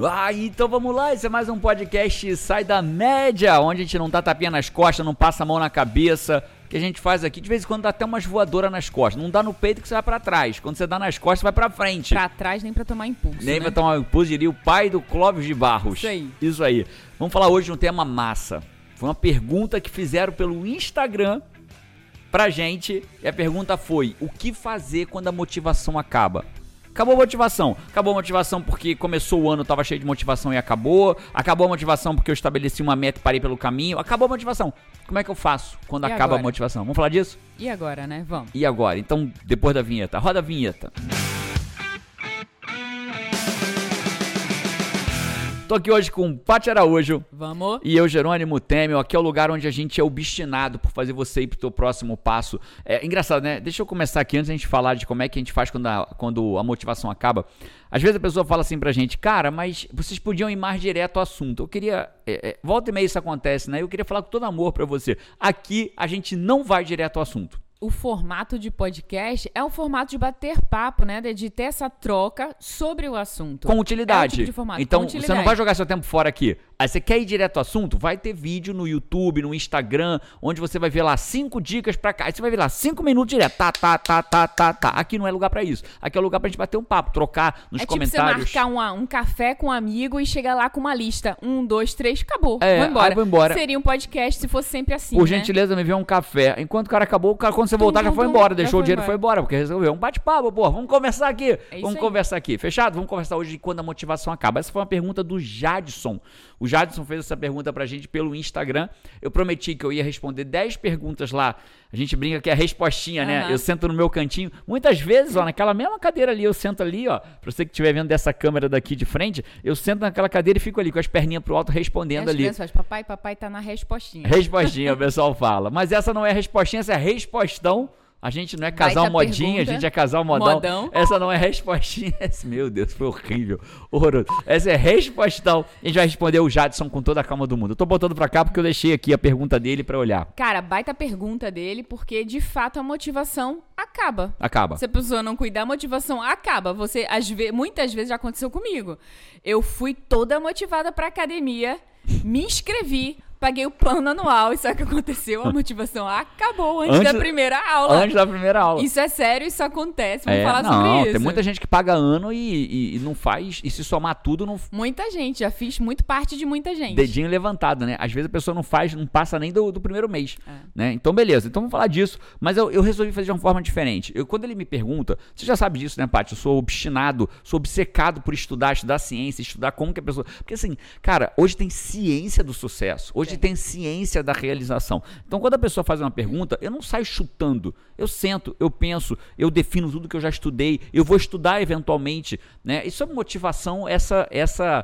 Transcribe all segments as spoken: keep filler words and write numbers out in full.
Ah, então vamos lá, esse é mais um podcast Sai da Média, onde a gente não dá tapinha nas costas, não passa a mão na cabeça. O que a gente faz aqui, de vez em quando dá até umas voadoras nas costas. Não dá no peito que você vai pra trás. Quando você dá nas costas, você vai pra frente. Pra trás nem pra tomar impulso, Nem né? pra tomar impulso, diria o pai do Clóvis de Barros. Isso aí. Isso aí. Vamos falar hoje de um tema massa. Foi uma pergunta que fizeram pelo Instagram pra gente. E a pergunta foi, o que fazer quando a motivação acaba? Acabou a motivação. Acabou a motivação porque começou o ano, tava cheio de motivação e acabou. Acabou a motivação porque eu estabeleci uma meta e parei pelo caminho. Acabou a motivação. Como é que eu faço quando E acaba agora? a motivação? Vamos falar disso? E agora, né? Vamos. E agora? Então, depois da vinheta. Roda a vinheta. Tô aqui hoje com o Paty Araújo. Vamos. E eu, Jerônimo Temel. Aqui é o lugar onde a gente é obstinado por fazer você ir pro teu próximo passo. É engraçado, né? Deixa eu começar aqui antes da gente falar de como é que a gente faz quando a, quando a motivação acaba. Às vezes a pessoa fala assim pra gente, cara, mas vocês podiam ir mais direto ao assunto. Eu queria... É, é, volta e meia isso acontece, né? Eu queria falar com todo amor pra você. Aqui a gente não vai direto ao assunto. O formato de podcast é um formato de bater papo, né? De ter essa troca sobre o assunto. Com utilidade. É um tipo de formato. Então, com você utilidade. não vai jogar seu tempo fora aqui. Aí você quer ir direto ao assunto? Vai ter vídeo no YouTube, no Instagram, onde você vai ver lá cinco dicas pra cá. Aí você vai ver lá cinco minutos direto. Tá, tá, tá, tá, tá, tá. Aqui não é lugar pra isso. Aqui é lugar pra gente bater um papo, trocar nos é comentários. É tipo você marcar um, um café com um amigo e chegar lá com uma lista. Um, dois, três, acabou. É, vou embora. aí vou embora. Seria um podcast se fosse sempre assim, Por né? gentileza, me vê um café. Enquanto o cara acabou, o cara, quando você voltar, Tum, já tum, foi tum, embora. já Deixou o foi dinheiro e embora. foi embora. Porque resolveu um bate-papo, pô. Vamos conversar aqui. É isso Vamos aí. conversar aqui. Fechado? Vamos conversar hoje de quando a motivação acaba. Essa foi uma pergunta do Jadson. O Jadson fez essa pergunta pra gente pelo Instagram. Eu prometi que eu ia responder dez perguntas lá. A gente brinca que é a respostinha, né? Uhum. Eu sento no meu cantinho. Muitas vezes, ó, naquela mesma cadeira ali, eu sento ali, ó. Pra você que estiver vendo dessa câmera daqui de frente, eu sento naquela cadeira e fico ali com as perninhas pro alto respondendo As ali. crianças fazem, papai, papai tá na respostinha. Respostinha, o pessoal fala. Mas essa não é respostinha, essa é respostão. A gente não é casal Baita modinha, pergunta. a gente é casal modão. Modão. Essa não é respostinha. Esse, meu Deus, foi horrível. Horroroso. Essa é respostão. A gente vai responder o Jadson com toda a calma do mundo. Eu tô botando pra cá porque eu deixei aqui a pergunta dele pra olhar. Cara, baita pergunta dele, porque de fato a motivação acaba. Acaba. Se a pessoa não cuidar, a motivação acaba. Você, às ve- muitas vezes já aconteceu comigo. Eu fui toda motivada pra academia, me inscrevi, paguei o plano anual e sabe o que aconteceu? A motivação acabou antes, Antes- da primeira aula. Antes da primeira aula. Isso é sério, isso acontece. Vamos É, falar não, sobre isso. tem muita gente que paga ano e, e- e não faz, e se somar tudo, não Muita gente, já fiz muito parte de muita gente. dedinho levantado, né? Às vezes a pessoa não faz, não passa nem do, do primeiro mês, É. né? Então, beleza. Então, vamos falar disso. Mas eu, eu resolvi fazer de uma forma diferente. Eu, quando ele me pergunta, você já sabe disso, né, Paty? Eu sou obstinado, sou obcecado por estudar, estudar ciência, estudar como que a pessoa... Porque assim, cara, hoje tem ciência do sucesso. Hoje Sim. tem ciência da realização. Então, quando a pessoa faz uma pergunta, eu não saio chutando. Eu sento, eu penso, eu defino tudo que eu já estudei, eu vou estudar eventualmente, né? Isso é motivação, essa... essa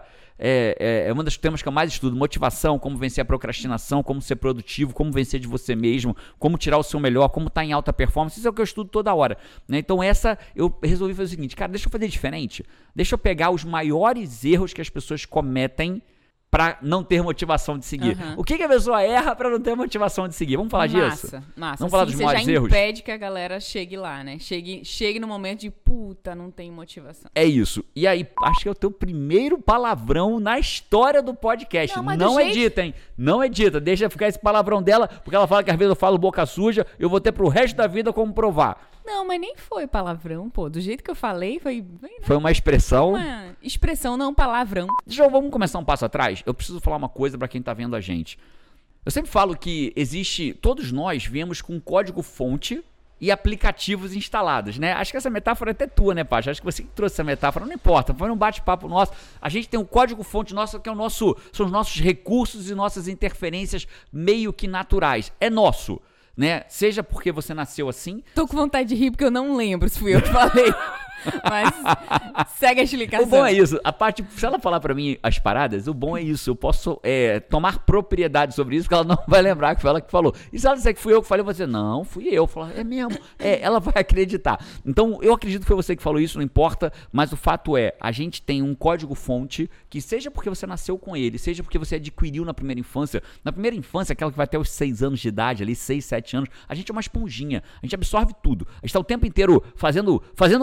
É, é, é um dos temas que eu mais estudo, motivação, como vencer a procrastinação, como ser produtivo, como vencer de você mesmo, como tirar o seu melhor, como estar em alta performance, isso é o que eu estudo toda hora, né? Então essa, eu resolvi fazer o seguinte, cara, deixa eu fazer diferente, deixa eu pegar os maiores erros que as pessoas cometem pra não ter motivação de seguir. Uhum. O que, que a pessoa erra pra não ter motivação de seguir? Vamos falar massa, disso? Massa, Vamos falar assim, dos você maiores já erros? impede que a galera chegue lá, né? Chegue, chegue no momento de, puta, não tem motivação. É isso. E aí, acho que é o teu primeiro palavrão na história do podcast. Não, Não, mas do jeito- edita, hein? Não edita. Deixa ficar esse palavrão dela, porque ela fala que às vezes eu falo boca suja, eu vou ter pro resto da vida como provar. Não, mas nem foi palavrão, pô. Do jeito que eu falei, foi bem- Foi uma expressão... uma expressão, não palavrão. Deixa eu, vamos começar um passo atrás? Eu preciso falar uma coisa pra quem tá vendo a gente. Eu sempre falo que existe... Todos nós viemos com código-fonte e aplicativos instalados, né? Acho que essa metáfora é até tua, né, Paty? Acho que você que trouxe essa metáfora, não importa, foi um bate-papo nosso. A gente tem um código-fonte nosso que é o nosso, são os nossos recursos e nossas interferências meio que naturais. É nosso, né? Seja porque você nasceu assim. Tô com vontade de rir porque eu não lembro se fui eu que falei. Mas segue a explicação. O bom é isso, a parte, se ela falar pra mim as paradas, o bom é isso, eu posso é, tomar propriedade sobre isso, porque ela não vai lembrar que foi ela que falou. E se ela disser que fui eu que falei, você, não, fui eu. Falar, é mesmo, é, ela vai acreditar. Então, eu acredito que foi você que falou isso, não importa, mas o fato é, a gente tem um código-fonte que seja porque você nasceu com ele, seja porque você adquiriu na primeira infância, na primeira infância, aquela que vai até os seis anos de idade, ali, seis, sete anos, a gente é uma esponjinha, a gente absorve tudo. A gente tá o tempo inteiro fazendo, fazendo merda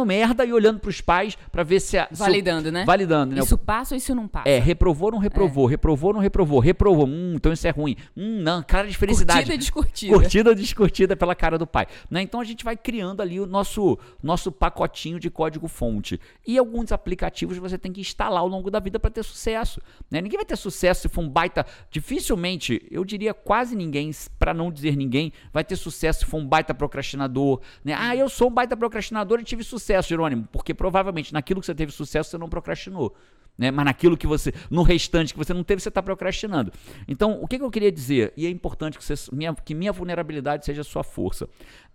e olhando pros pais pra ver se... A, validando, se, né? Validando, né? Isso passa ou isso não passa? É, reprovou, não reprovou, é. reprovou, não reprovou, reprovou, hum, então isso é ruim. Hum, não, cara de felicidade. Curtida, descurtida. Curtida ou descurtida pela cara do pai. Né? Então a gente vai criando ali o nosso, nosso pacotinho de código-fonte. E alguns aplicativos você tem que instalar ao longo da vida para ter sucesso. Né? Ninguém vai ter sucesso se for um baita... Dificilmente, eu diria quase ninguém, para não dizer ninguém, vai ter sucesso se for um baita procrastinador. Né? Ah, eu sou um baita procrastinador e tive sucesso, Jerônimo. Porque provavelmente naquilo que você teve sucesso, você não procrastinou. Né? Mas naquilo que você, no restante que você não teve, você está procrastinando. Então, o que, que eu queria dizer, e é importante que, você, minha, que minha vulnerabilidade seja a sua força.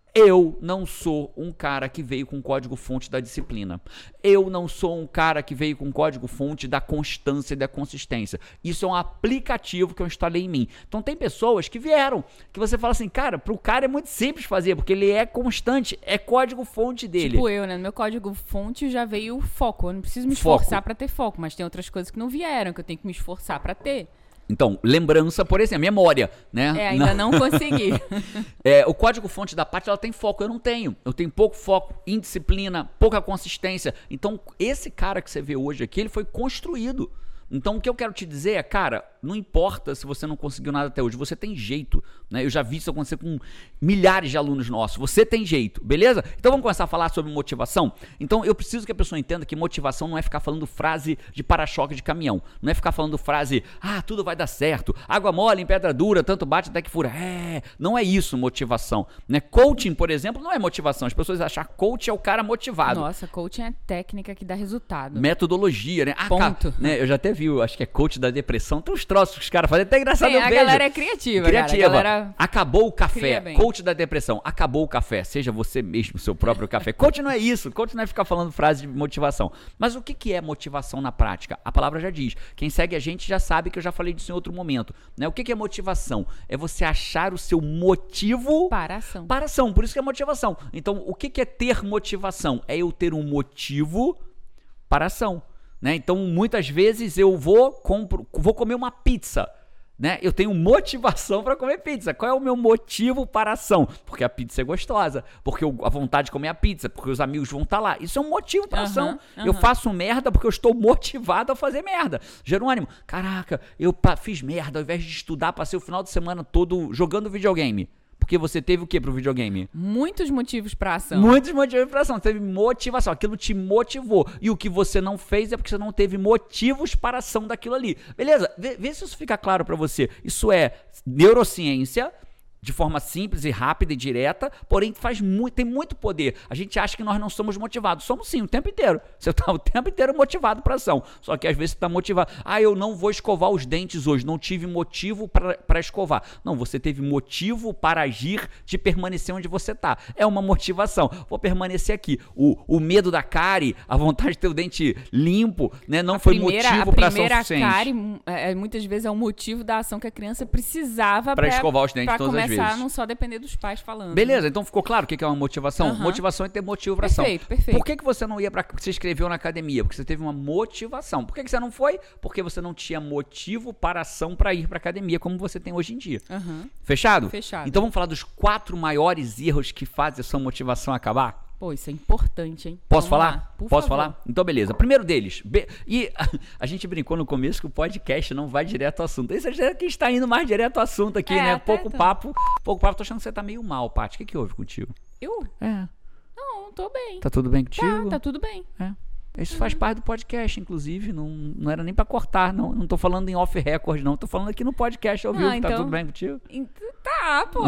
Eu não sou um cara que veio com código-fonte da disciplina. Eu não sou um cara que veio com código-fonte da constância e da consistência. Isso é um aplicativo que eu instalei em mim. Então tem pessoas que vieram, que você fala assim, cara, pro cara é muito simples fazer, porque ele é constante, é código-fonte dele. Tipo eu, né? No meu código-fonte já veio o foco. Eu não preciso me esforçar para ter foco, mas tem outras coisas que não vieram, que eu tenho que me esforçar para ter. Então, lembrança, por exemplo, memória, né? É, ainda não, não consegui. É, o código-fonte da Paty, ela tem foco, eu não tenho. Eu tenho pouco foco, indisciplina, pouca consistência. Então, esse cara que você vê hoje aqui, ele foi construído. Então, o que eu quero te dizer é, cara, não importa se você não conseguiu nada até hoje, você tem jeito, né? Eu já vi isso acontecer com milhares de alunos nossos, você tem jeito, beleza? Então, vamos começar a falar sobre motivação? Então, eu preciso que a pessoa entenda que motivação não é ficar falando frase de para-choque de caminhão, não é ficar falando frase, ah, tudo vai dar certo, água mole em pedra dura, tanto bate até que fura. É, não é isso motivação, né? Coaching, por exemplo, não é motivação, as pessoas acham que coach é o cara motivado. Nossa, coaching é técnica que dá resultado. Metodologia, né? Ah, ponto. Cara, né? Eu já até vi, acho que é coach da depressão, tem uns troços que os caras fazem, até engraçado. Sim, eu a vejo. galera é criativa, criativa. Cara, a galera acabou o café, coach da depressão, acabou o café, seja você mesmo o seu próprio café. Coach não é isso, coach não é ficar falando frase de motivação. Mas o que, que é motivação na prática? A palavra já diz, quem segue a gente já sabe que eu já falei disso em outro momento, né? O que, que é motivação? É você achar o seu motivo para ação. Para ação, por isso que é motivação. Então, o que, que é ter motivação? É eu ter um motivo para ação. Né? Então, muitas vezes eu vou, compro, vou comer uma pizza. Né? Eu tenho motivação para comer pizza. Qual é o meu motivo para a ação? Porque a pizza é gostosa, porque eu, a vontade de comer a pizza, porque os amigos vão estar lá. Isso é um motivo para a uhum, ação. Uhum. Eu faço merda porque eu estou motivado a fazer merda. Jerônimo, caraca, eu pa- fiz merda ao invés de estudar, passei o final de semana todo jogando videogame. Porque você teve o que pro videogame? Muitos motivos pra ação. Muitos motivos pra ação. Você teve motivação. Aquilo te motivou. E o que você não fez é porque você não teve motivos para a ação daquilo ali. Beleza? Vê, vê se isso fica claro pra você. Isso é neurociência, de forma simples e rápida e direta, porém faz muito, tem muito poder. A gente acha que nós não somos motivados. Somos sim, o tempo inteiro. Você está o tempo inteiro motivado para ação. Só que às vezes você está motivado. Ah, eu não vou escovar os dentes hoje. Não tive motivo para escovar. Não, você teve motivo para agir de permanecer onde você está. É uma motivação. Vou permanecer aqui. O, o medo da cárie, a vontade de ter o dente limpo, né, não a foi primeira, motivo para ação suficiente. A primeira suficiente. cárie, é, muitas vezes, é o motivo da ação que a criança precisava para escovar os dentes todas as vezes. Começar a não só depender dos pais falando. Beleza, então ficou claro o que é uma motivação? Uhum. Motivação é ter motivo para ação. Perfeito, perfeito. Por que, que você não ia para se inscreveu na academia? Porque você teve uma motivação. Por que, que você não foi? Porque você não tinha motivo para ação para ir para academia, como você tem hoje em dia. Uhum. Fechado? Fechado. Então vamos falar dos quatro maiores erros que fazem a sua motivação acabar? Pô, isso é importante, hein? Posso Vamos falar? lá, por Posso favor. falar? Então, beleza. Primeiro deles. Be... E a, a gente brincou no começo que o podcast não vai direto ao assunto. Esse é quem está indo mais direto ao assunto aqui, É, né? até Pouco tô. papo. Pouco papo. Tô achando que você tá meio mal, Paty. O que, que houve contigo? Eu? É. Não, tô bem. Tá tudo bem contigo? Tá, tá tudo bem. É. Isso faz parte do podcast, inclusive. Não, não era nem pra cortar. Não, não tô falando em off record, não. Tô falando aqui no podcast ao Ah, vivo. então- Tá tudo bem contigo? Ent- Tá, pô.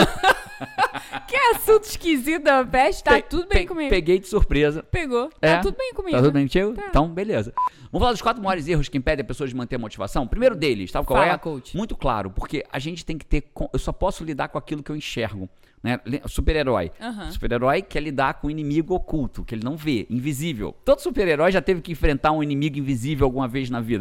Que assunto esquisito da peste. Tá Pe- tudo bem pe- comigo. Peguei de surpresa. Pegou. É? Tá tudo bem comigo. Tá tudo bem contigo? Tá. Então, beleza. Vamos falar dos quatro maiores erros que impedem a pessoa de manter a motivação? Primeiro deles, sabe qual Fala, é? coach. Muito claro, porque a gente tem que ter... con- Eu só posso lidar com aquilo que eu enxergo. Né? Le- Super-herói. Aham. Super-herói quer lidar com o inimigo oculto, que ele não vê, invisível. Todo super-herói já teve que enfrentar um inimigo invisível alguma vez na vida.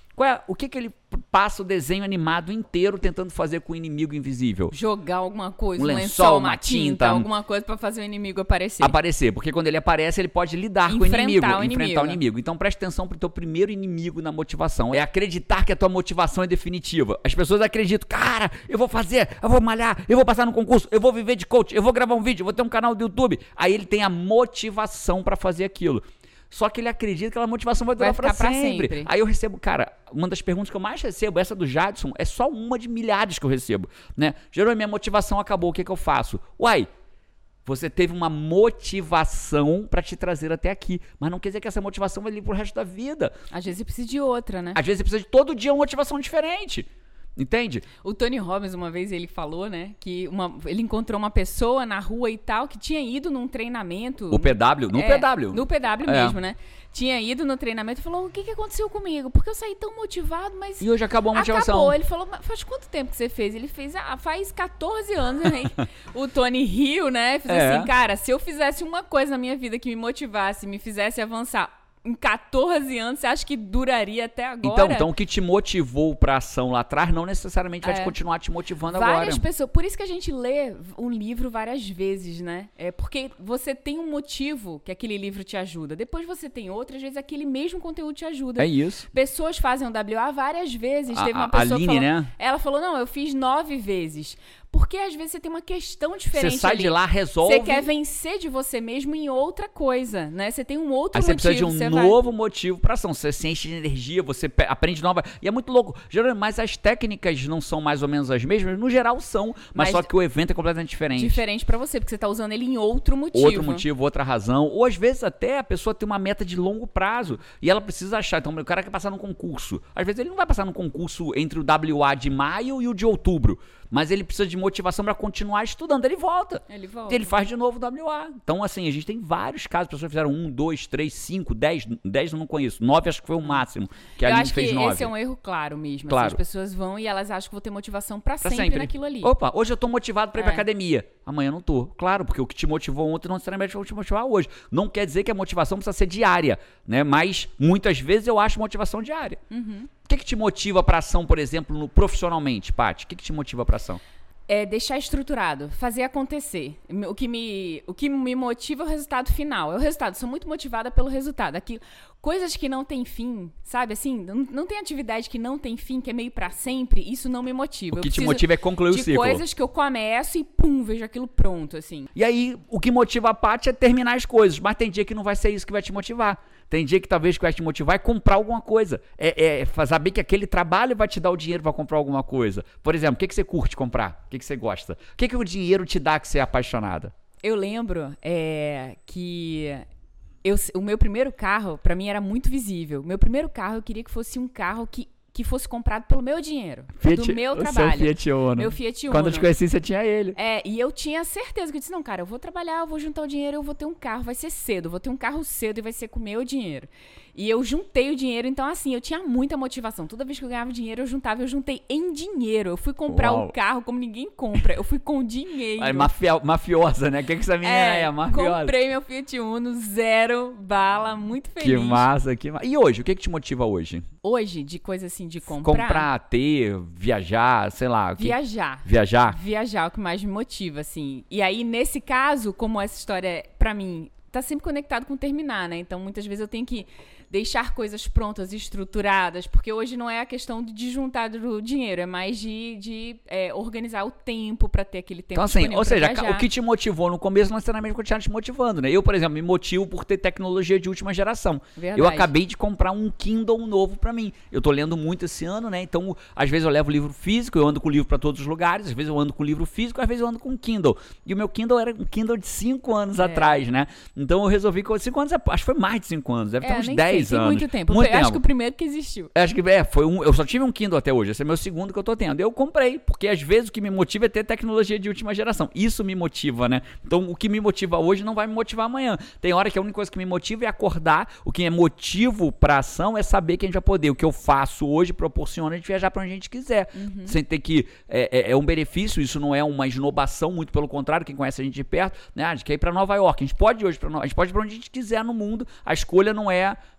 Qual é, o que, que ele passa o desenho animado inteiro tentando fazer com o inimigo invisível? Jogar alguma coisa, Um um lençol, lençol, uma uma tinta, tinta, alguma coisa pra fazer o inimigo aparecer. Aparecer, porque quando ele aparece, ele pode lidar com o Enfrentar inimigo, o enfrentar inimigo. o inimigo. Então preste atenção pro teu primeiro inimigo na motivação. É acreditar que a tua motivação é definitiva. As pessoas acreditam, cara, eu vou fazer, eu vou malhar, eu vou passar no concurso, eu vou viver de coach, eu vou gravar um vídeo, eu vou ter um canal do YouTube. Aí ele tem a motivação pra fazer aquilo. Só que ele acredita que aquela motivação vai durar Vai pra ficar pra sempre. sempre. Aí eu recebo, cara, uma das perguntas que eu mais recebo, essa do Jadson, é só uma de milhares que eu recebo, né? Jerônimo, minha motivação acabou, o que que eu faço? Uai, você teve uma motivação pra te trazer até aqui, mas não quer dizer que essa motivação vai ir pro resto da vida. Às vezes você precisa de outra, né? Às vezes você precisa de todo dia uma motivação diferente. Entende? O Tony Robbins, uma vez, ele falou, né, que uma, ele encontrou uma pessoa na rua e tal, que tinha ido num treinamento... O P W? No é, P W. No P W É. mesmo, né? Tinha ido no treinamento e falou, o que, que aconteceu comigo? Porque eu saí tão motivado, mas... E hoje acabou a motivação. Acabou. Ele falou, mas faz quanto tempo que você fez? Ele fez, ah, faz catorze anos, né? O Tony riu, né? Fez É. assim, cara, se eu fizesse uma coisa na minha vida que me motivasse, me fizesse avançar em catorze anos, você acha que duraria até agora? Então, então, o que te motivou pra ação lá atrás não necessariamente vai É. te continuar te motivando Várias agora. pessoas. Por isso que a gente lê um livro várias vezes, né? É porque você tem um motivo que aquele livro te ajuda. Depois você tem outro, às vezes aquele mesmo conteúdo te ajuda. É isso. Pessoas fazem o W A várias vezes. A- Teve uma a pessoa Aline, que falou, né? ela falou, não, eu fiz nove vezes. Porque às vezes você tem uma questão diferente Você sai ali. de lá, resolve. Você quer vencer de você mesmo em outra coisa, né? Você tem um outro Aí você motivo. precisa de um você vai- novo motivo pra ação. Você se enche de energia, você pe- aprende nova. E é muito louco. Geralmente, mas as técnicas não são mais ou menos as mesmas. No geral são, mas, Mas só que o evento é completamente diferente. Diferente pra você, porque você tá usando ele em outro motivo. Outro motivo, outra razão. Ou às vezes até a pessoa tem uma meta de longo prazo e ela precisa achar. Então o cara quer passar num concurso. Às vezes ele não vai passar num concurso entre o W A de maio e o de outubro. Mas ele precisa de motivação pra continuar estudando. Ele volta. Ele volta. E ele faz de novo o W A. Então, assim, a gente tem vários casos. Pessoas fizeram um, dois, três, cinco, dez. Dez eu não conheço. Nove acho que foi o máximo. Que a Eu Aline acho fez que nove. esse é um erro claro mesmo. Claro. Assim, as pessoas vão e elas acham que vou ter motivação pra, Pra sempre, sempre. naquilo ali. Opa, hoje eu tô motivado pra ir pra É. academia. Amanhã eu não tô. Claro, porque o que te motivou ontem não necessariamente vai te motivar hoje. Não quer dizer que a motivação precisa ser diária, né? Mas muitas vezes eu acho motivação diária. Uhum. O que que te motiva pra ação, por exemplo, no, profissionalmente, Paty? O que que te motiva pra ação? É deixar estruturado, fazer acontecer. O que, me, o que me motiva é o resultado final. É o resultado. Sou muito motivada pelo resultado. Aquilo, coisas que não têm fim, sabe? Assim, não, não tem atividade que não tem fim, que é meio pra sempre. Isso não me motiva. O Eu que te preciso motiva é concluir o de ciclo. coisas que eu começo e pum, vejo aquilo pronto, assim. E aí, o que motiva a Paty é terminar as coisas. Mas tem dia que não vai ser isso que vai te motivar. Tem dia que talvez que vai te motivar é comprar alguma coisa. É, é saber que aquele trabalho vai te dar o dinheiro para comprar alguma coisa. Por exemplo, o que, que você curte comprar? O que, que você gosta? O que, que o dinheiro te dá que você é apaixonada? Eu lembro é, que eu, o meu primeiro carro, pra mim, era muito visível. Meu primeiro carro, eu queria que fosse um carro que, que fosse comprado pelo meu dinheiro, do meu trabalho. O seu Fiat Uno. Meu Fiat Uno. Quando eu te conheci, você tinha ele. É, e eu tinha certeza que eu disse, não, cara, eu vou trabalhar, eu vou juntar o dinheiro, eu vou ter um carro, vai ser cedo, eu vou ter um carro cedo e vai ser com o meu dinheiro. E eu juntei o dinheiro, então assim, eu tinha muita motivação. Toda vez que eu ganhava dinheiro, eu juntava, eu juntei em dinheiro. Eu fui comprar Uau. um carro como ninguém compra, eu fui com dinheiro. É mafia, mafiosa, né? O que, que essa menina é? é mafiosa. Comprei meu Fiat Uno, zero bala, muito feliz. Que massa, que massa. E hoje, o que, que te motiva hoje? Hoje, de coisa assim, de comprar. Comprar, ter, viajar, sei lá. o que- Viajar. Viajar? Viajar é o que mais me motiva, assim. E aí, nesse caso, como essa história, pra mim, tá sempre conectado com terminar, né? Então, muitas vezes eu tenho que deixar coisas prontas, estruturadas, porque hoje não é a questão de juntar o dinheiro, é mais de, de é, organizar o tempo pra ter aquele tempo Então, assim, disponível ou pra seja, viajar. o que te motivou no começo não necessariamente continua te motivando, né? Eu, por exemplo, me motivo por ter tecnologia de última geração. Verdade. Eu acabei de comprar um Kindle novo pra mim. Eu tô lendo muito esse ano, né? Então, às vezes eu levo livro físico, eu ando com o livro pra todos os lugares, às vezes eu ando com livro físico, às vezes eu ando com um Kindle. E o meu Kindle era um Kindle de cinco anos É. atrás, atrás, né? Então eu resolvi que cinco anos, é- acho que foi mais de cinco anos, deve É, ter uns nem dez sei, tem anos. muito tempo. Muito eu acho tempo. que o primeiro que existiu. Acho que é, foi um. Eu só tive um Kindle até hoje. Esse é meu segundo que eu tô tendo. Eu comprei, porque às vezes o que me motiva é ter tecnologia de última geração. Isso me motiva, né? Então o que me motiva hoje não vai me motivar amanhã. Tem hora que a única coisa que me motiva é acordar. O que é motivo pra ação é saber que a gente vai poder. O que eu faço hoje proporciona a gente viajar pra onde a gente quiser. Uhum. Sem ter que. É, é, é um benefício, isso não é uma esnobação, muito pelo contrário. Quem conhece a gente de perto, né? A gente quer ir pra Nova York. A gente pode ir hoje pra Nova A gente pode ir pra onde a gente quiser no mundo. A escolha não é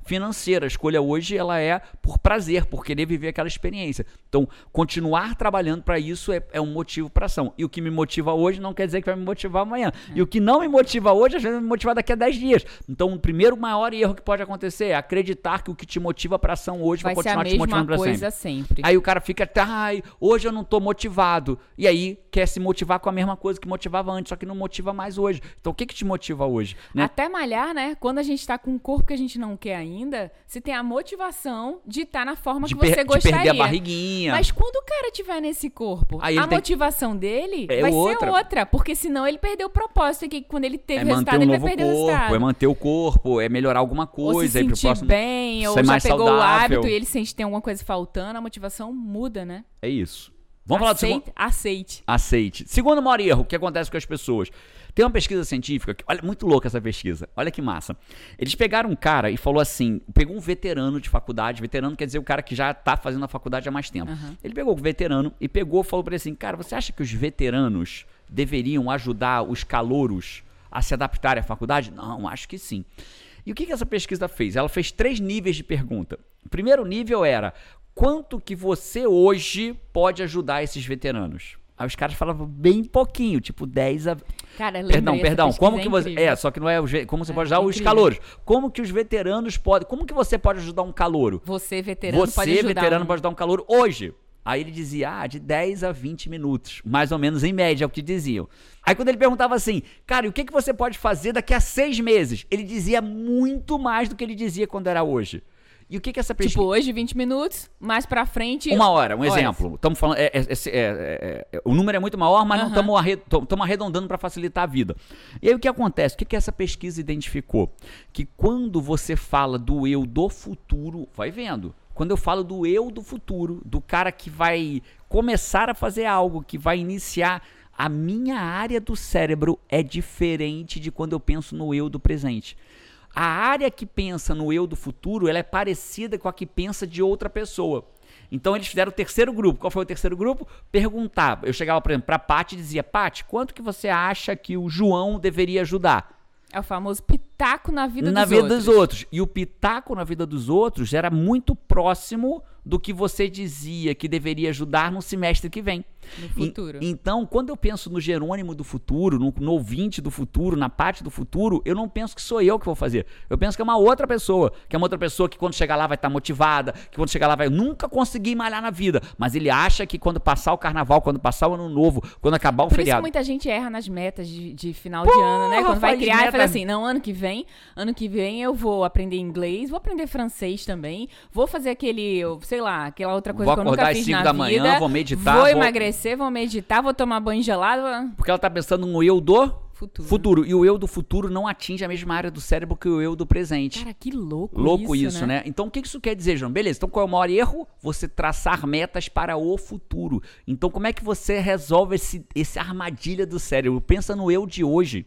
financeira. A escolha hoje ela é por prazer, por querer viver aquela experiência. Então, continuar trabalhando para isso é, é um motivo para ação. E o que me motiva hoje não quer dizer que vai me motivar amanhã. É. E o que não me motiva hoje, às vezes vai me motivar daqui a dez dias. Então, o primeiro maior erro que pode acontecer é acreditar que o que te motiva para ação hoje vai, vai continuar te motivando para sempre. Coisa sempre. Aí o cara fica, ai, hoje eu não tô motivado. E aí quer se motivar com a mesma coisa que motivava antes, só que não motiva mais hoje. Então, o que que te motiva hoje? Né? Até malhar, né? Quando a gente tá com um corpo que a gente não quer ainda, você tem a motivação de estar tá na forma de que você per- gostaria. De perder a barriguinha. Mas quando o cara tiver nesse corpo, aí a tem... motivação dele é vai outra. ser outra, porque senão ele perdeu o propósito, e que quando ele teve é o resultado, um ele vai perder corpo, o resultado. É manter o corpo, é melhorar alguma coisa. Ou se aí sentir pro próximo... bem, ou ser já mais pegou saudável. o hábito e ele sente que tem alguma coisa faltando, a motivação muda, né? É isso. Vamos aceite, falar do segundo... Aceite. Aceite. Segundo maior erro, o que acontece com as pessoas? Tem uma pesquisa científica, que, olha, muito louca essa pesquisa, olha que massa. Eles pegaram um cara e falou assim, pegou um veterano de faculdade, veterano quer dizer o cara que já tá fazendo a faculdade há mais tempo. Uhum. Ele pegou o veterano e pegou e falou pra ele assim, cara, você acha que os veteranos deveriam ajudar os calouros a se adaptarem à faculdade? Não, acho que sim. E o que que essa pesquisa fez? Ela fez três níveis de pergunta. O primeiro nível era, quanto que você hoje pode ajudar esses veteranos? Aí os caras falavam bem pouquinho, tipo dez a... Cara, perdão, perdão, como que é você... É, só que não é o... como você é, pode ajudar é os calouros. Como que os veteranos podem... Como que você pode ajudar um calouro? Você, veterano, você, pode ajudar. Você, veterano, um... pode ajudar um calouro hoje. Aí ele dizia, ah, de dez a vinte minutos. Mais ou menos, em média, é o que diziam. Aí quando ele perguntava assim, cara, e o que, que você pode fazer daqui a seis meses? Ele dizia muito mais do que ele dizia quando era hoje. E o que que essa pesquisa... Tipo, hoje vinte minutos, mais pra frente... Uma hora, um horas. exemplo. Estamos falando... É, é, é, é, o número é muito maior, mas uhum. não estamos arredondando para facilitar a vida. E aí o que acontece? O que que essa pesquisa identificou? Que quando você fala do eu do futuro, vai vendo... Quando eu falo do eu do futuro, do cara que vai começar a fazer algo, que vai iniciar, a minha área do cérebro é diferente de quando eu penso no eu do presente. A área que pensa no eu do futuro, ela é parecida com a que pensa de outra pessoa. Então eles fizeram o terceiro grupo. Qual foi o terceiro grupo? Perguntar. Eu chegava, por exemplo, para a Paty e dizia, Paty, quanto que você acha que o João deveria ajudar? É o famoso pitaco na vida na dos vida outros. dos outros. E o pitaco na vida dos outros era muito próximo do que você dizia que deveria ajudar no semestre que vem. No futuro. E, então, quando eu penso no Jerônimo do futuro, no, no ouvinte do futuro, na Paty do futuro, eu não penso que sou eu que vou fazer. Eu penso que é uma outra pessoa. Que é uma outra pessoa que quando chegar lá vai estar motivada, que quando chegar lá vai nunca conseguir malhar na vida. Mas ele acha que quando passar o carnaval, quando passar o ano novo, quando acabar o Por feriado... Por isso que muita gente erra nas metas de, de final Porra, de ano, né? Quando vai criar, meta... faz assim, não, ano que vem, ano que vem eu vou aprender inglês, vou aprender francês também, vou fazer aquele, sei lá, aquela outra coisa vou que eu nunca fiz na da vida. Manhã, vou meditar, vou, vou emagrecer, vou meditar, vou tomar banho gelado. Porque ela tá pensando no eu do futuro. futuro. E o eu do futuro não atinge a mesma área do cérebro que o eu do presente. Cara, que louco, louco isso, isso, né? né? Então o que isso quer dizer, João? Beleza, então qual é o maior erro? Você traçar metas para o futuro. Então como é que você resolve esse, esse armadilha do cérebro? Pensa no eu de hoje.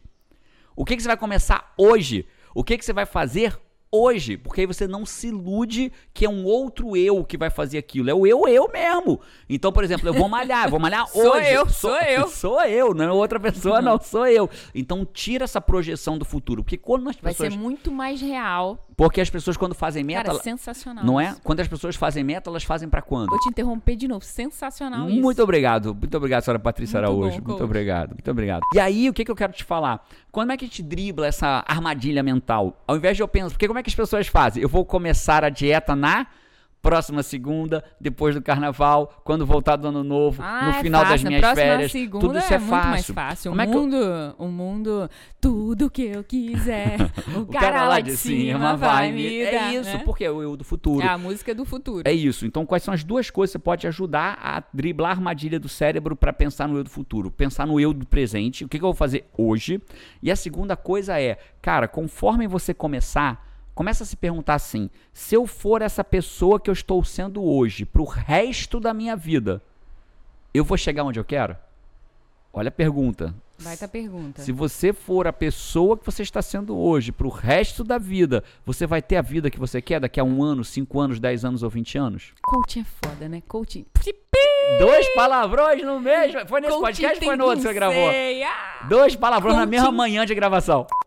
O que, que você vai começar hoje? O que, que você vai fazer hoje? Porque aí você não se ilude que é um outro eu que vai fazer aquilo. É o eu, eu mesmo. Então, por exemplo, eu vou malhar, eu vou malhar sou hoje. Eu, sou, sou eu, sou eu. Não é outra pessoa, não. não, sou eu. Então, tira essa projeção do futuro. Porque quando as pessoas... Vai ser muito mais real. Porque as pessoas quando fazem meta... Cara, sensacional. Não é? Quando as pessoas fazem meta, elas fazem pra quando? Vou te interromper de novo. Sensacional isso. Muito obrigado. Muito obrigado, senhora Patrícia muito Araújo. Bom, muito coach. obrigado. Muito obrigado. E aí, o que, que eu quero te falar? Como é que a gente dribla essa armadilha mental? Ao invés de eu pensar... Porque como é que as pessoas fazem? Eu vou começar a dieta na... próxima segunda, depois do carnaval, quando voltar do ano novo, ah, no final é fácil. das minhas próxima férias, segunda tudo isso é, é fácil. Muito mais fácil. Como o é que mundo, eu... o mundo, tudo que eu quiser, o, o cara, cara lá de cima vai me... dar, É isso, né? porque é o eu do futuro. É a música do futuro. É isso. Então, quais são as duas coisas que você pode ajudar a driblar a armadilha do cérebro para pensar no eu do futuro? Pensar no eu do presente, o que, que eu vou fazer hoje? E a segunda coisa é, cara, conforme você começar... Começa a se perguntar assim, se eu for essa pessoa que eu estou sendo hoje pro resto da minha vida, eu vou chegar onde eu quero? Olha a pergunta. Vai ter pergunta. Se você for a pessoa que você está sendo hoje pro resto da vida, você vai ter a vida que você quer daqui a um ano, cinco anos, dez anos ou vinte anos? Coaching é foda, né? Coaching... Dois palavrões no mesmo... Foi nesse podcast ou foi no outro que você gravou? Dois palavrões na mesma manhã de gravação.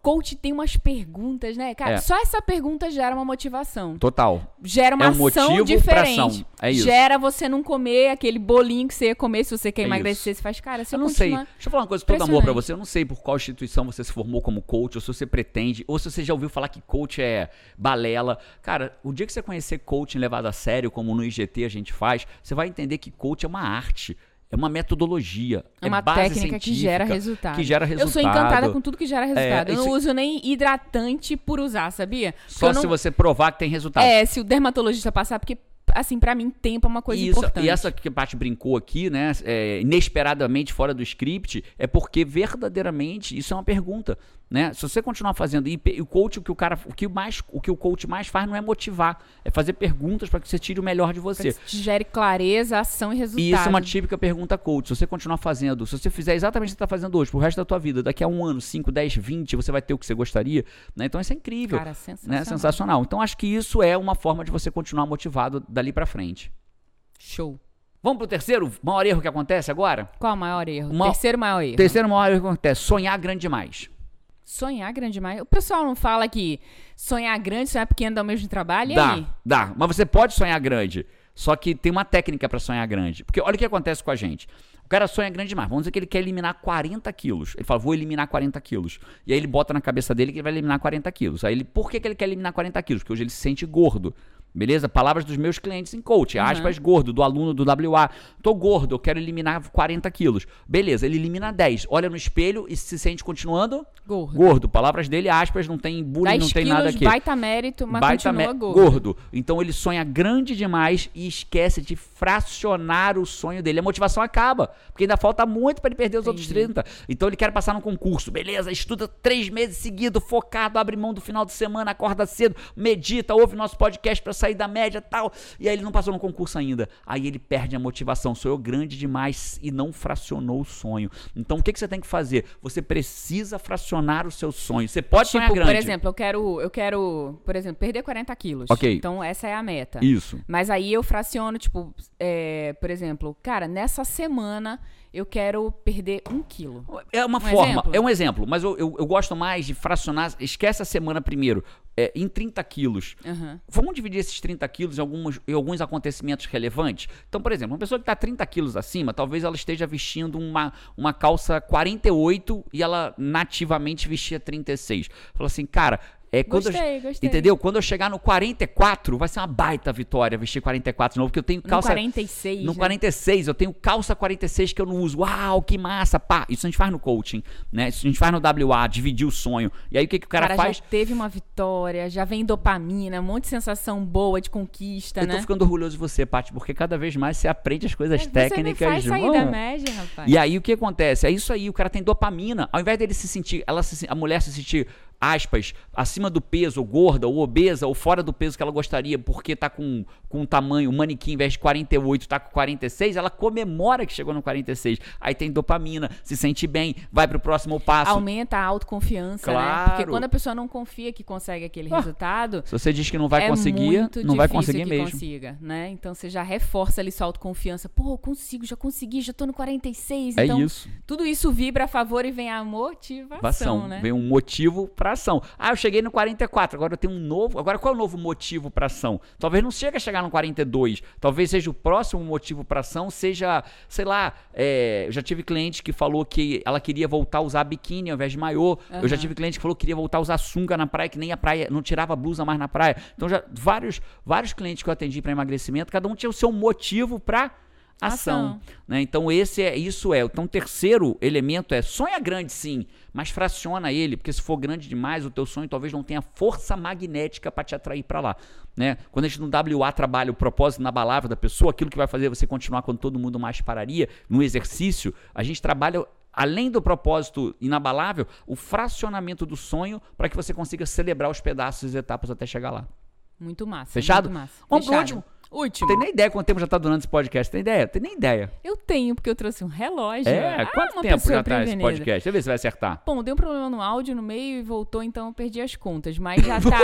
coach tem umas perguntas, né? Cara, É. só essa pergunta gera uma motivação. Total. Gera uma É um ação motivo diferente. pra ação. É isso. Gera você não comer aquele bolinho que você ia comer se você quer É emagrecer. isso. Você faz, cara, se Eu eu não sei. continuar... Deixa eu falar uma coisa com todo amor pra Impressionante. você. Eu não sei por qual instituição você se formou como coach, ou se você pretende, ou se você já ouviu falar que coach é balela. Cara, o dia que você conhecer coaching levado a sério, como no I G T a gente faz, você vai entender que coach é uma arte. É uma metodologia. É uma base técnica que científica, gera resultado. Que gera resultado. Eu sou encantada com tudo que gera resultado. É, eu não isso- uso nem hidratante por usar, sabia? Porque Só eu não... se você provar que tem resultado. É, se o dermatologista passar, porque, assim, pra mim, tempo é uma coisa Isso, importante. e essa que a Paty brincou aqui, né, é, inesperadamente fora do script, é porque verdadeiramente isso é uma pergunta, né? Se você continuar fazendo, e e o coach, o que o cara, o que mais, o que o coach mais faz não é motivar, é fazer perguntas para que você tire o melhor de Pra você. que te gere clareza, ação e resultado. E isso é uma típica pergunta coach. Se você continuar fazendo, se você fizer exatamente o que você está fazendo hoje, pro resto da tua vida, daqui a um ano, cinco, dez, vinte, você vai ter o que você gostaria, né? Então isso é incrível. Cara, sensacional. Né? Sensacional. Então acho que isso é uma forma de você continuar motivado dali para frente. Show. Vamos pro terceiro maior erro que acontece agora? Qual o maior erro? Uma- Terceiro maior erro. Terceiro maior erro que acontece, sonhar grande demais. Sonhar grande demais. O pessoal não fala que sonhar grande, sonhar pequeno dá o mesmo trabalho? E Dá, aí? dá. Mas você pode sonhar grande. Só que tem uma técnica para sonhar grande. Porque olha o que acontece com a gente. O cara sonha grande demais. Vamos dizer que ele quer eliminar quarenta quilos. Ele fala, vou eliminar quarenta quilos. E aí ele bota na cabeça dele que ele vai eliminar quarenta quilos. Aí ele, por que, que ele quer eliminar quarenta quilos? Porque hoje ele se sente gordo. Beleza? Palavras dos meus clientes em coach. Uhum. Aspas, gordo, do aluno do W A. Tô gordo, eu quero eliminar quarenta quilos. Beleza, ele elimina dez. Olha no espelho e se sente continuando Gordo. gordo. Palavras dele, aspas, não tem bullying, não tem quilos, nada aqui. baita mérito, mas Baita continua me- gordo. gordo. Então ele sonha grande demais e esquece de fracionar o sonho dele. A motivação acaba, porque ainda falta muito para ele perder os Entendi. outros trinta. Então ele quer passar num concurso, beleza? Estuda três meses seguidos, focado, abre mão do final de semana, acorda cedo, medita, ouve nosso podcast para sair da média e tal. E aí ele não passou no concurso ainda. Aí ele perde a motivação. Sonhou grande demais e não fracionou o sonho. Então o que, que você tem que fazer? Você precisa fracionar o seu sonho. Você pode sonhar Tipo, grande. por exemplo, eu quero, eu quero, por exemplo, perder quarenta quilos. Ok. Então, essa é a meta. Isso. Mas aí eu fraciono, tipo, é, por exemplo, cara, nessa semana eu quero perder um quilo. É uma Um forma, exemplo? é um exemplo, mas eu, eu, eu gosto mais de fracionar, esquece a semana primeiro, é, em trinta quilos. Aham. Vamos dividir esses trinta quilos em alguns, em alguns acontecimentos relevantes? Então, por exemplo, uma pessoa que está trinta quilos acima, talvez ela esteja vestindo uma, uma calça quarenta e oito e ela nativamente vestia trinta e seis. Fala assim, cara... É quando Gostei, eu, gostei. Entendeu? Quando eu chegar no quarenta e quatro, vai ser uma baita vitória vestir quarenta e quatro de novo, porque eu tenho No calça... quarenta e seis, No né? quarenta e seis, eu tenho calça quarenta e seis que eu não uso. Uau, que massa, pá. Isso a gente faz no coaching, né? Isso a gente faz no W A, dividir o sonho. E aí o que, que o cara, cara faz? já teve uma vitória, já vem dopamina, um monte de sensação boa de conquista, Eu né? tô ficando orgulhoso de você, Paty, porque cada vez mais você aprende as coisas Você me técnicas. faz sair irmão. da média, rapaz. E aí o que acontece? É isso aí, o cara tem dopamina. Ao invés dele se sentir, ela se, a mulher se sentir, aspas, acima do peso, ou gorda, ou obesa, ou fora do peso que ela gostaria, porque tá com, com um tamanho, o manequim, ao invés de quarenta e oito, tá com quarenta e seis, ela comemora que chegou no quarenta e seis. Aí tem dopamina, se sente bem, vai pro próximo passo. Aumenta a autoconfiança, né? Claro. Porque quando a pessoa não confia que consegue aquele Ah, resultado, Se você diz que não vai é conseguir, muito não vai difícil conseguir que mesmo. consiga, né? Então você já reforça ali sua autoconfiança. Pô, eu consigo, já consegui, já tô no quarenta e seis. É Então, isso. tudo isso vibra a favor e vem a motivação, Ação, né? vem um motivo para ação. Ah, eu cheguei no quarenta e quatro, agora eu tenho um novo. Agora qual é o novo motivo para ação? Talvez não chegue a chegar no quarenta e dois, talvez seja o próximo motivo para ação, seja, sei lá, é, eu já tive cliente que falou que ela queria voltar a usar biquíni ao invés de maiô. Eu já Aham. tive cliente que falou que queria voltar a usar sunga na praia, que nem a praia, não tirava a blusa mais na praia. Então já vários, vários clientes que eu atendi para emagrecimento, cada um tinha o seu motivo para ação, Ação. né? Então esse é isso é. Então o terceiro elemento é sonha grande sim, mas fraciona ele, porque se for grande demais, o teu sonho talvez não tenha força magnética para te atrair para lá, né? Quando a gente no W A trabalha o propósito inabalável da pessoa, aquilo que vai fazer você continuar quando todo mundo mais pararia, no exercício, a gente trabalha além do propósito inabalável, o fracionamento do sonho para que você consiga celebrar os pedaços e as etapas até chegar lá. Muito massa. Fechado? Muito massa. Vamos pro Fechado. último. Último. Tem nem ideia quanto tempo já tá durando esse podcast. Tem ideia? Tem nem ideia. Eu tenho, porque eu trouxe um relógio. É, Ah, quanto uma tempo pessoa já tá esse prevenida. podcast? Deixa eu ver se vai acertar. Bom, deu um problema no áudio no meio e voltou, então eu perdi as contas. Mas já tá.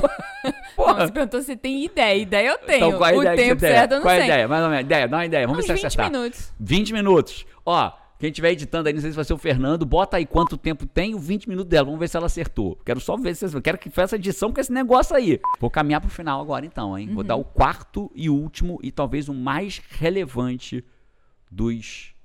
Porra. Não, você perguntou se tem ideia. Ideia eu tenho. Então, qual é a o ideia que tempo você tem? certo eu não Qual é a sei. ideia? Mais ou menos. Ideia, dá uma ideia. Vamos Uns ver se vai vinte acertar. minutos. vinte minutos. Ó, Quem estiver editando aí, não sei se vai ser o Fernando, bota aí quanto tempo tem, o vinte minutos dela. Vamos ver se ela acertou. Quero só ver se... Quero que faça edição com esse negócio aí. Vou caminhar pro final agora então, hein? Uhum. Vou dar o quarto e último e talvez o mais relevante dos...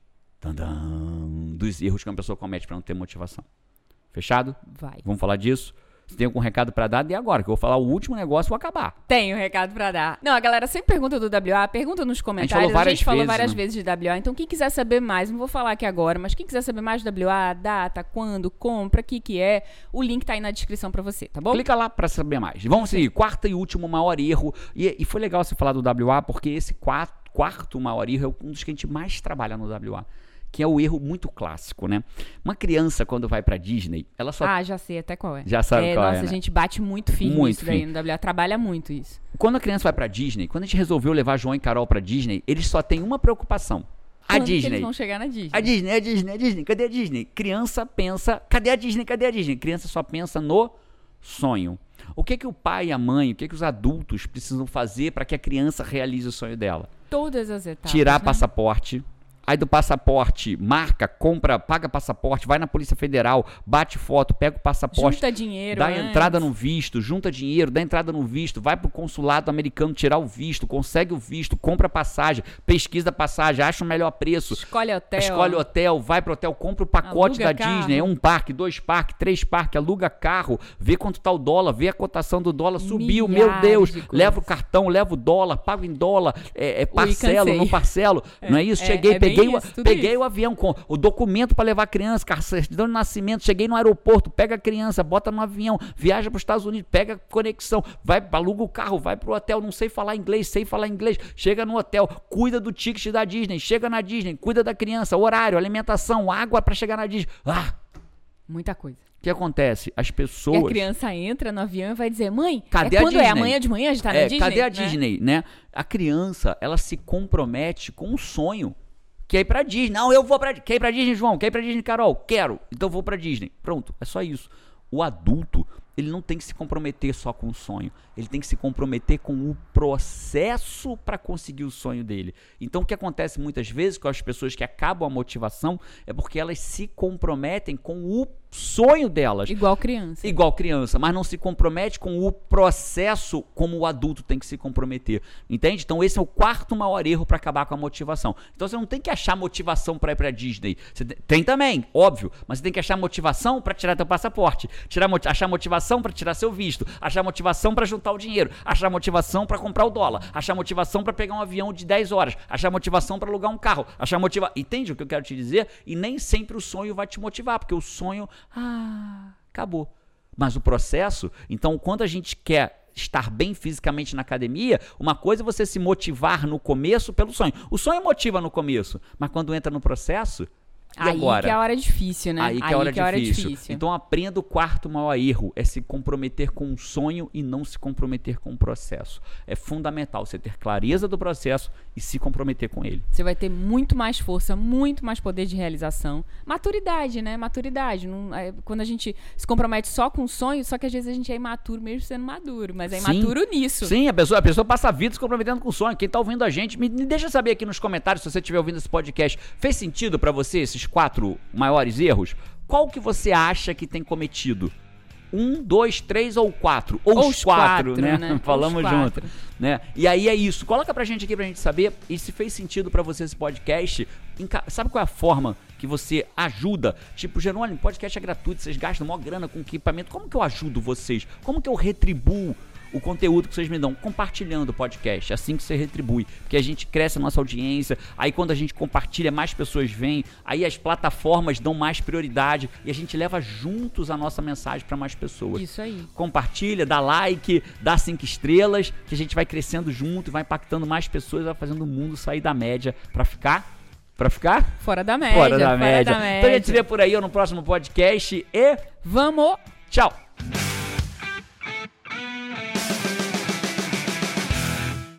Tandam, dos erros que uma pessoa comete para não ter motivação. Fechado? Vai. Vamos falar disso? Você tem algum recado pra dar? E agora? Que eu vou falar o último negócio e vou acabar. Tenho um recado pra dar. Não, a galera sempre pergunta do W A, pergunta nos comentários. A gente falou várias, a gente falou vezes, várias né? vezes de W A. Então, quem quiser saber mais, não vou falar aqui agora, mas quem quiser saber mais de W A, data, quando, compra, o que que é, o link tá aí na descrição pra você, tá bom? Clica lá pra saber mais. Vamos seguir. Quarto e último maior erro. E, e foi legal você falar do W A, porque esse quarto, quarto maior erro é um dos que a gente mais trabalha no W A. Que é o erro muito clássico, né? Uma criança, quando vai pra Disney, ela só... Ah, já sei até qual é. Já sabe é, qual nossa, é, Nossa, né? a gente bate muito firme Muito isso daí firme. no W A. Trabalha muito isso. Quando a criança vai pra Disney, quando a gente resolveu levar João e Carol pra Disney, eles só têm uma preocupação. A Quando Disney. que eles vão chegar na Disney? A Disney, a Disney, a Disney. Cadê a Disney? Criança pensa, cadê a Disney, cadê a Disney? Criança só pensa no sonho. O que que o pai e a mãe, o que que os adultos precisam fazer para que a criança realize o sonho dela? Todas as etapas, Tirar né? passaporte. Aí do passaporte, marca, compra, paga passaporte, vai na Polícia Federal, bate foto, pega o passaporte. Junta dinheiro Dá antes. entrada no visto, junta dinheiro, dá entrada no visto, vai pro consulado americano tirar o visto, consegue o visto, compra passagem, pesquisa a passagem, acha o melhor preço. Escolhe hotel. Escolhe hotel, vai pro hotel, compra o pacote Aluga da carro. Disney, é um parque, dois parques, três parques, aluga carro, vê quanto tá o dólar, vê a cotação do dólar, subiu, Milhares meu Deus, de coisas. leva o cartão, leva o dólar, pago em dólar, é, é parcelo, cansei. não parcelo, É, não é isso? é, Cheguei, é bem peguei, o, isso, tudo peguei isso. o avião com o documento para levar a criança, car- certidão de nascimento, cheguei no aeroporto, pega a criança, bota no avião, viaja para os Estados Unidos, pega a conexão, vai, aluga o carro, vai pro hotel, não sei falar inglês, sei falar inglês, chega no hotel, cuida do ticket da Disney, chega na Disney, cuida da criança, horário, alimentação, água para chegar na Disney. Ah! Muita coisa. O que acontece? As E pessoas... a criança entra no avião e vai dizer, mãe, Cadê é a quando é Disney? amanhã de manhã, a gente tá na É, Disney? cadê a né? Disney, né? A criança, ela se compromete com um sonho. Quer ir pra Disney. Não, eu vou pra Disney. Quer ir pra Disney, João? Quer ir pra Disney, Carol? Quero. Então vou pra Disney. Pronto, é só isso. O adulto, ele não tem que se comprometer só com o sonho. Ele tem que se comprometer com o processo para conseguir o sonho dele. Então o que acontece muitas vezes com as pessoas que acabam a motivação é porque elas se comprometem com o sonho delas. Igual criança. Igual criança, mas não se compromete com o processo como o adulto tem que se comprometer. Entende? Então esse é o quarto maior erro para acabar com a motivação. Então você não tem que achar motivação para ir para Disney. Você tem também, óbvio, mas você tem que achar motivação para tirar teu passaporte, tirar, achar motivação para tirar seu visto, achar motivação para juntar o dinheiro, achar motivação para comprar o dólar, achar motivação para pegar um avião de dez horas, achar motivação para alugar um carro, achar motivação... Entende o que eu quero te dizer? E nem sempre o sonho vai te motivar, porque o sonho... Ah, acabou. Mas o processo, então, quando a gente quer estar bem fisicamente na academia, uma coisa é você se motivar no começo pelo sonho. O sonho motiva no começo, mas quando entra no processo, e Aí agora? que é a hora difícil, né? Aí que é a hora difícil. Então aprenda o quarto maior erro, é se comprometer com o sonho e não se comprometer com o processo. É fundamental você ter clareza do processo e se comprometer com ele. Você vai ter muito mais força, muito mais poder de realização. Maturidade, né? Maturidade. Não, é, quando a gente se compromete só com o sonho, só que às vezes a gente é imaturo mesmo sendo maduro, mas é Sim. imaturo nisso. Sim, a pessoa, a pessoa passa a vida se comprometendo com o sonho. Quem tá ouvindo a gente, me, me deixa saber aqui nos comentários, se você estiver ouvindo esse podcast, fez sentido pra você esses quatro maiores erros? Qual que você acha que tem cometido? Um, dois, três ou quatro? Ou, Ou os os quatro, quatro, né? né? Falamos Ou os junto. quatro. Né? E aí é isso. Coloca pra gente aqui pra gente saber. E se fez sentido pra você esse podcast, enca... sabe qual é a forma que você ajuda? Tipo, Jerônimo, podcast é gratuito, vocês gastam maior grana com equipamento. Como que eu ajudo vocês? Como que eu retribuo o conteúdo que vocês me dão? Compartilhando o podcast, assim que você retribui, porque a gente cresce a nossa audiência, aí quando a gente compartilha, mais pessoas vêm, aí as plataformas dão mais prioridade e a gente leva juntos a nossa mensagem para mais pessoas. Isso aí. Compartilha, dá like, dá cinco estrelas, que a gente vai crescendo junto e vai impactando mais pessoas, vai fazendo o mundo sair da média para ficar, para ficar Fora da média. fora da fora média. da média. Então a gente se vê por aí no próximo podcast e Vamos! tchau!